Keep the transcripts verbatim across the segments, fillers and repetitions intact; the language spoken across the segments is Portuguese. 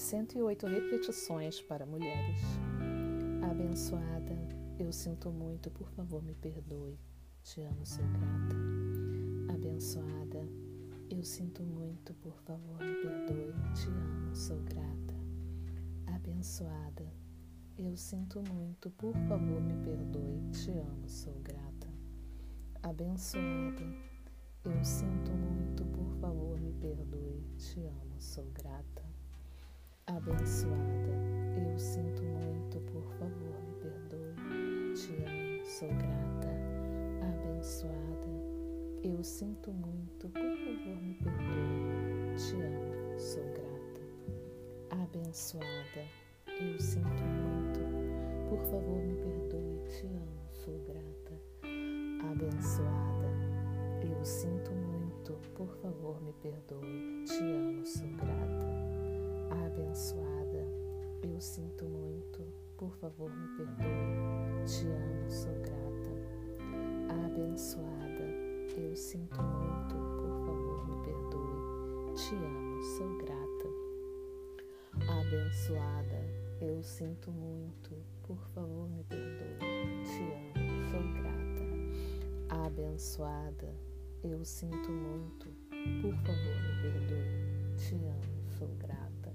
cento e oito repetições para mulheres. Abençoada, eu sinto muito, por favor me perdoe. Te amo, sou grata. Abençoada, eu sinto muito, por favor me perdoe. Te amo, sou grata. Abençoada, eu sinto muito, por favor me perdoe. Te amo, sou grata. Abençoada, eu sinto muito, por favor me perdoe. Te amo, sou grata. Abençoada, eu sinto muito, por favor me perdoe. Te amo, sou grata. Abençoada, eu sinto muito, por favor me perdoe. Te amo, sou grata. Abençoada, eu sinto muito, por favor me perdoe. Te amo, sou grata. Abençoada, eu sinto muito, por favor me perdoe. Te amo, sou grata. Abençoada, eu sinto muito, por favor me perdoe. Te amo, sou grata. Abençoada, eu sinto muito, por favor me perdoe. Te amo, sou grata. Abençoada, eu sinto muito, por favor me perdoe. Te amo, sou grata. Abençoada, eu sinto muito, por favor me perdoe. Te amo, sou grata.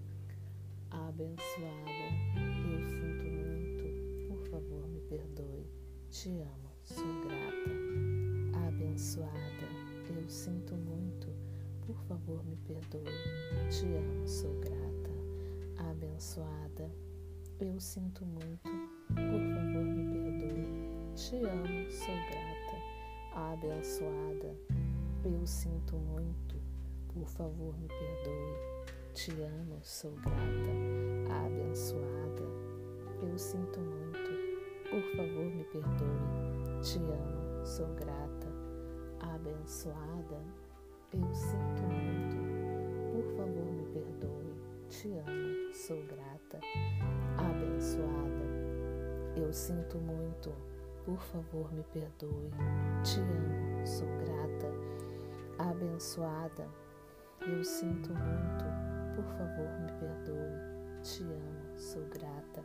Abençoada, eu sinto muito, por favor me perdoe. Te amo, sou grata. Abençoada, eu sinto muito, por favor me perdoe. Te amo, sou grata. Abençoada, eu sinto muito, por favor me perdoe. Te amo, sou grata. Abençoada, eu sinto muito, por favor me perdoe. Te amo, sou grata. Abençoada, eu sinto muito, por favor me perdoe. Te amo, sou grata. Abençoada, eu sinto muito, por favor me perdoe. Te amo, sou grata. Abençoada, eu sinto muito, por favor me perdoe. Te amo, sou grata. Abençoada, eu sinto muito, por favor me perdoe. Te amo, sou grata.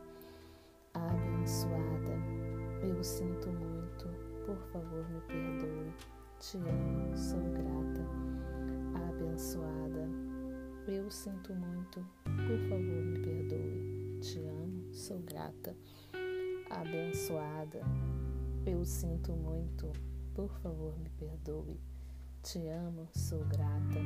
Abençoada, eu sinto muito, por favor me perdoe. Te amo, sou grata. Abençoada, eu sinto muito, por favor me perdoe. Te amo, sou grata. Abençoada, eu sinto muito, por favor me perdoe. Te amo, sou grata.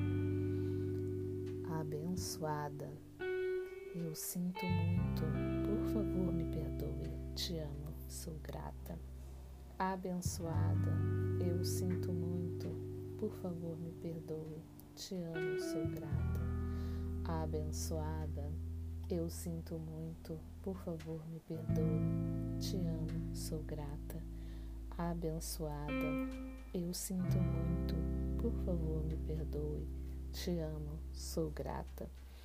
Abençoada, eu sinto muito, por favor me perdoe. Te amo, sou grata. Abençoada, eu sinto muito, por favor me perdoe. Te amo, sou grata. Abençoada, eu sinto muito, por favor me perdoe. Te amo, sou grata. Abençoada, eu sinto muito, por favor me perdoe. Te amo, sou grata.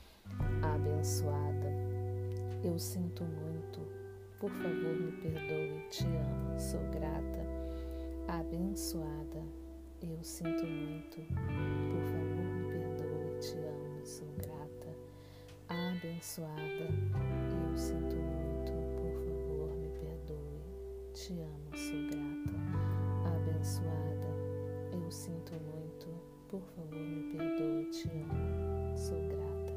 Abençoada, eu sinto muito, por favor me perdoe. Te amo, sou grata. Abençoada, eu sinto muito, por favor me perdoe. Te amo, sou grata. Abençoada, eu sinto muito, por favor me perdoe. Te amo, sou grata. Abençoada, eu sinto muito, por favor me perdoe. Te amo, sou grata.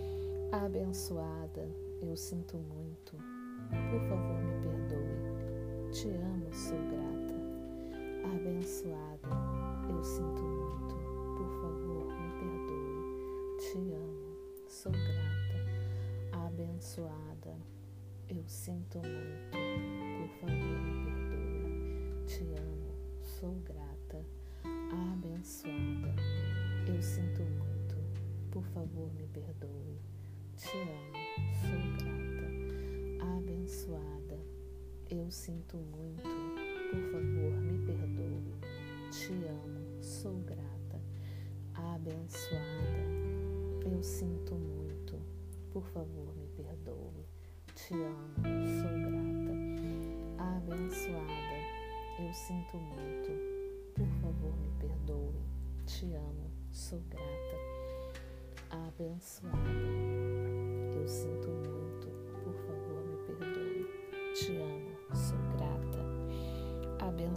Abençoada, eu sinto muito, por favor me perdoe. Te amo, sou grata. Abençoada, eu sinto muito, por favor me perdoe. Te amo, sou grata. Abençoada, eu sinto muito, por favor me perdoe. Te amo, sou grata. Abençoada, eu sinto muito, por favor me perdoe. Te amo, sou grata. Abençoada, eu sinto muito, por favor me perdoe. Te amo, sou grata. Abençoada, eu sinto muito, por favor me perdoe. Te amo, sou grata. Abençoada, eu sinto muito, por favor me perdoe. Te amo, sou grata. Abençoada, eu sinto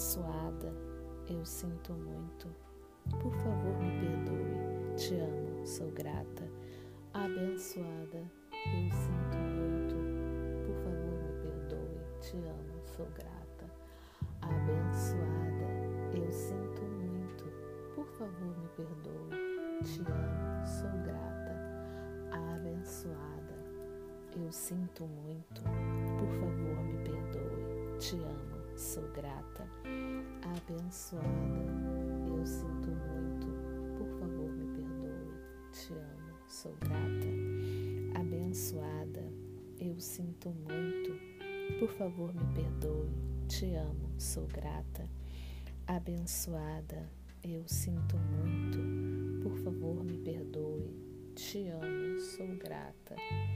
Abençoada, eu sinto muito. Por favor, me perdoe. Te amo, sou grata. Abençoada, eu sinto muito. Por favor, me perdoe. Te amo, sou grata. Abençoada, eu sinto muito. Por favor, me perdoe. Te amo, sou grata. Abençoada, eu sinto muito. Por favor, me perdoe. Te amo, sou grata. Abençoada, eu sinto muito. Por favor, me perdoe. Te amo, sou grata. Abençoada, eu sinto muito. Por favor, me perdoe. Te amo, sou grata. Abençoada, eu sinto muito. Por favor, me perdoe. Te amo, sou grata.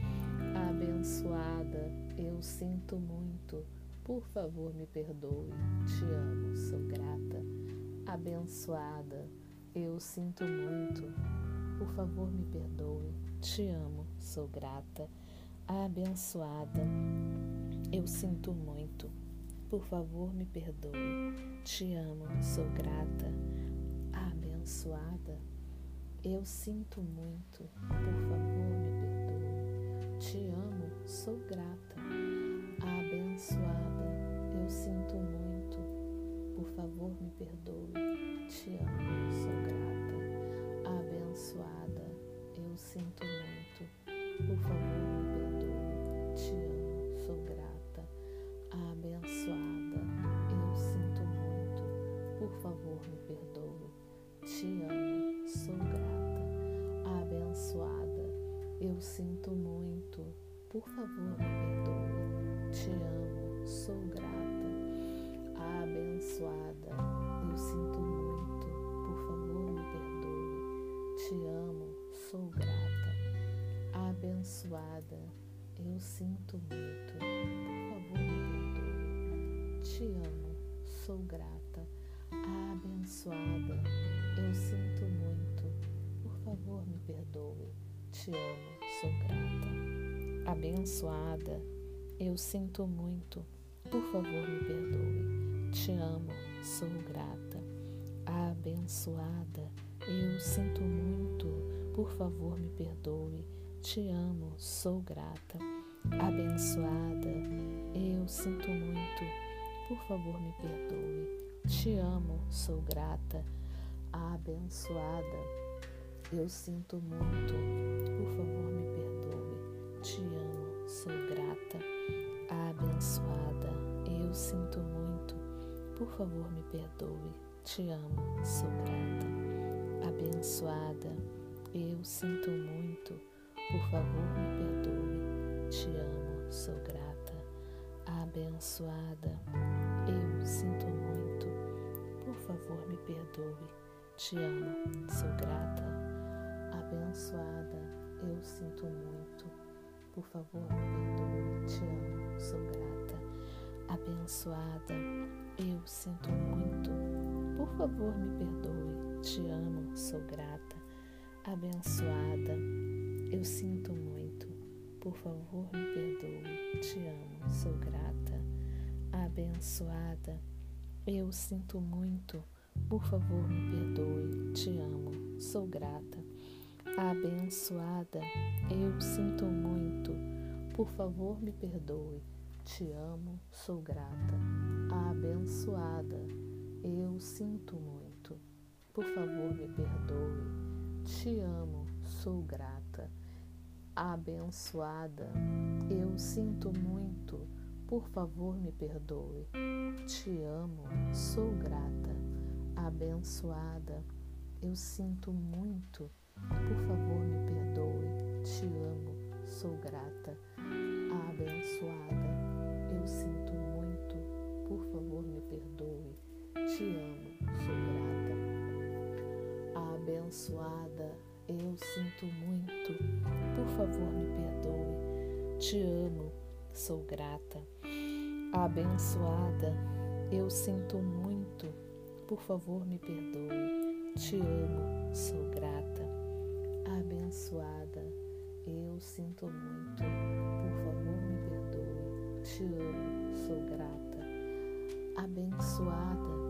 Abençoada, eu sinto muito. Por favor, me perdoe. Te amo, sou grata. Abençoada, eu sinto muito. Por favor, me perdoe. Te amo, sou grata. Abençoada, eu sinto muito. Por favor, me perdoe. Te amo, sou grata. Abençoada, eu sinto muito. Por favor, me perdoe. Te amo, sou grata. Abençoada, eu sinto muito. Por favor, me perdoe. Te amo, sou grata. Abençoada, eu sinto muito. Por favor, me perdoe. Te amo, sou grata. Abençoada, eu sinto muito. Por favor, me perdoe. Te amo, sou grata. Abençoada, eu sinto muito. Por favor, me perdoe. Te amo, sou grata. Abençoada, eu sinto muito. Por favor, me perdoe. Te amo, sou grata. Abençoada, eu sinto muito. Por favor, me perdoe. Te amo, sou grata. Abençoada, eu sinto muito. Por favor, me perdoe. Te amo, sou grata. Abençoada, eu sinto muito. Por favor, me perdoe. Te amo, sou grata. Abençoada, eu sinto muito. Por favor, me perdoe. Te amo, sou grata. Abençoada, eu sinto muito. Por favor, me perdoe. Te amo, sou grata. Abençoada, eu sinto muito. Por favor, me perdoe. Te amo, sou grata. Abençoada, eu sinto muito. Por favor, me perdoe. Te amo, sou grata. Abençoada, eu sinto muito. Por favor, me perdoe. Te amo, sou grata. Abençoada, eu sinto muito. Por favor, me perdoe. Te amo, sou grata. Abençoada, eu sinto muito. Por favor, me perdoe. Te amo, sou grata. Abençoada, eu sinto muito. Por favor, me perdoe. Te amo, sou grata. Abençoada, eu sinto muito. Por favor, me perdoe. Te amo, sou grata. Abençoada, eu sinto muito. Por favor, me perdoe. Te amo, sou grata. Abençoada, eu sinto muito. Por favor, me perdoe. Te amo, sou grata. Abençoada, eu sinto muito. Por favor, me perdoe. Te amo, sou grata. Abençoada, eu sinto muito. Por favor, me perdoe. Te amo, sou grata. Abençoada, eu sinto muito. Por favor, me perdoe. Te amo, sou grata. Abençoada, eu sinto muito. Por favor, me perdoe. Te amo, sou grata. Abençoada, eu sinto muito. Por favor, me perdoe. Te amo, sou grata. Abençoada, eu sinto muito. Por favor, me perdoe. Te amo, sou grata. Abençoada, eu sinto muito. Por favor, me perdoe. Te amo, sou grata. Abençoada,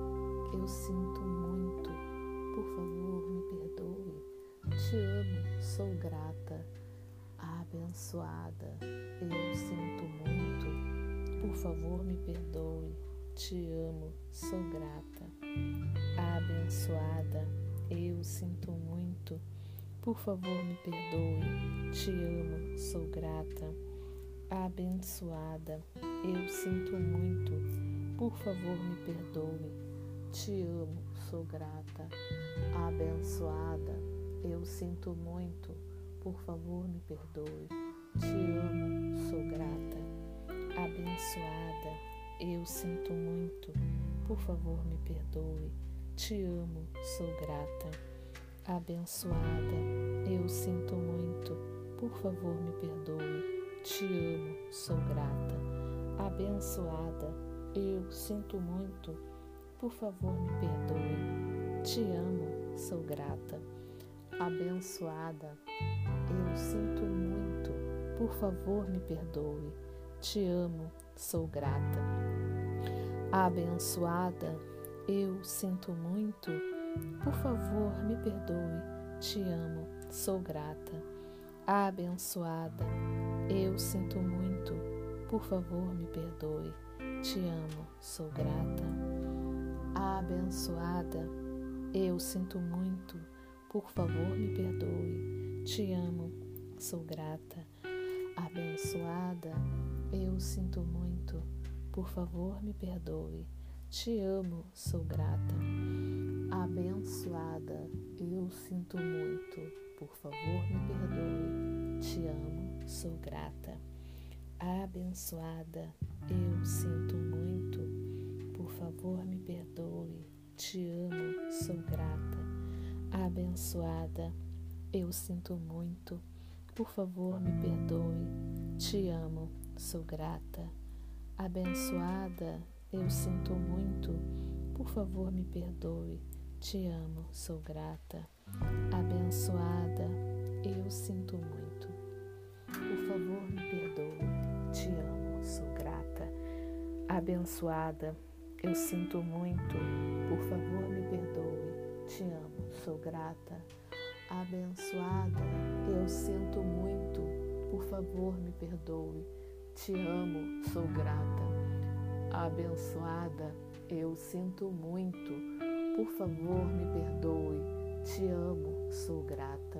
eu sinto muito, por favor, me perdoe. Te amo, sou grata. Abençoada, eu sinto muito, por favor, me perdoe. Te amo, sou grata. Abençoada, eu sinto muito, por favor, me perdoe. Te amo, sou grata. Abençoada, eu sinto muito, por favor, me perdoe. Te amo, sou grata. Abençoada, eu sinto muito, por favor, me perdoe. Te amo, sou grata. Abençoada, eu sinto muito, por favor, me perdoe. Te amo, sou grata. Abençoada, eu sinto muito, por favor, me perdoe. Te amo, sou grata. Abençoada, eu sinto muito, por favor, me perdoe. Te amo, sou grata. Abençoada, eu sinto muito, por favor, me perdoe. Te amo, sou grata. Abençoada, eu sinto muito, por favor, me perdoe. Te amo, sou grata. Abençoada, eu sinto muito, por favor, me perdoe. Te amo, sou grata. Abençoada, eu sinto muito, por favor, me perdoe. Te amo, sou grata. Abençoada, eu sinto muito, por favor, me perdoe. Te amo, sou grata. Abençoada, eu sinto muito, por favor, me perdoe. Te amo, sou grata. Abençoada, eu sinto muito, por favor, me perdoe. Te amo, sou grata. Abençoada, eu sinto muito, por favor, me perdoe. Te amo, sou grata. Abençoada, eu sinto muito, por favor, me perdoe. Te amo, sou grata. Abençoada, eu sinto muito, por favor, me perdoe. Te amo, sou grata. Abençoada, eu sinto muito, por favor, me perdoe. Te amo, sou grata. Abençoada, eu sinto muito, por favor, me perdoe. Te amo, sou grata. Abençoada, eu sinto muito, por favor, me perdoe. Te amo, sou grata.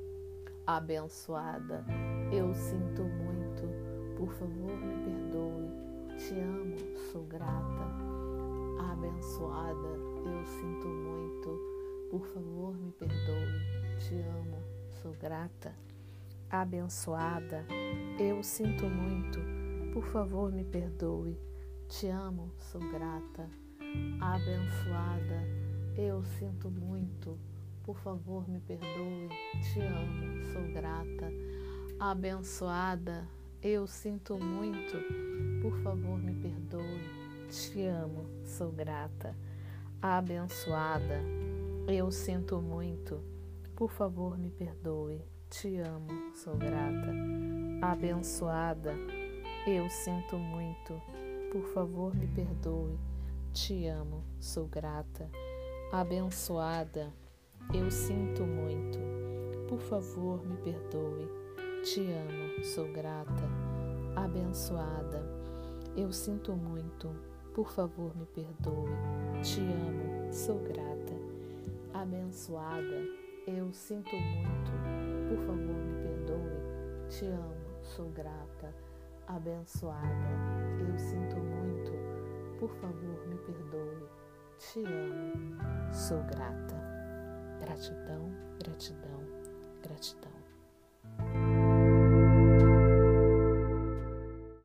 Abençoada, eu sinto muito, por favor, me perdoe. Te amo, sou grata. Abençoada, eu sinto muito, por favor, me perdoe. Te amo, sou grata. Abençoada, eu sinto muito, por favor, me perdoe. Te amo, sou grata. Abençoada, eu sinto muito, por favor, me perdoe. Te amo, sou grata. Abençoada, eu sinto muito, por favor, me perdoe. Te amo, sou grata. Abençoada, eu sinto muito, por favor, me perdoe. Te amo, sou grata. Abençoada, eu sinto muito, por favor, me perdoe. Te amo, sou grata. Abençoada, eu sinto muito, por favor, me perdoe. Te amo, sou grata. Abençoada, eu sinto muito, por favor, me perdoe. Te amo, sou grata. Abençoada, eu sinto muito, por favor, me perdoe. Te amo, sou grata. Abençoada, eu sinto muito, por favor, me perdoe. Te amo, sou grata. Gratidão, gratidão, gratidão.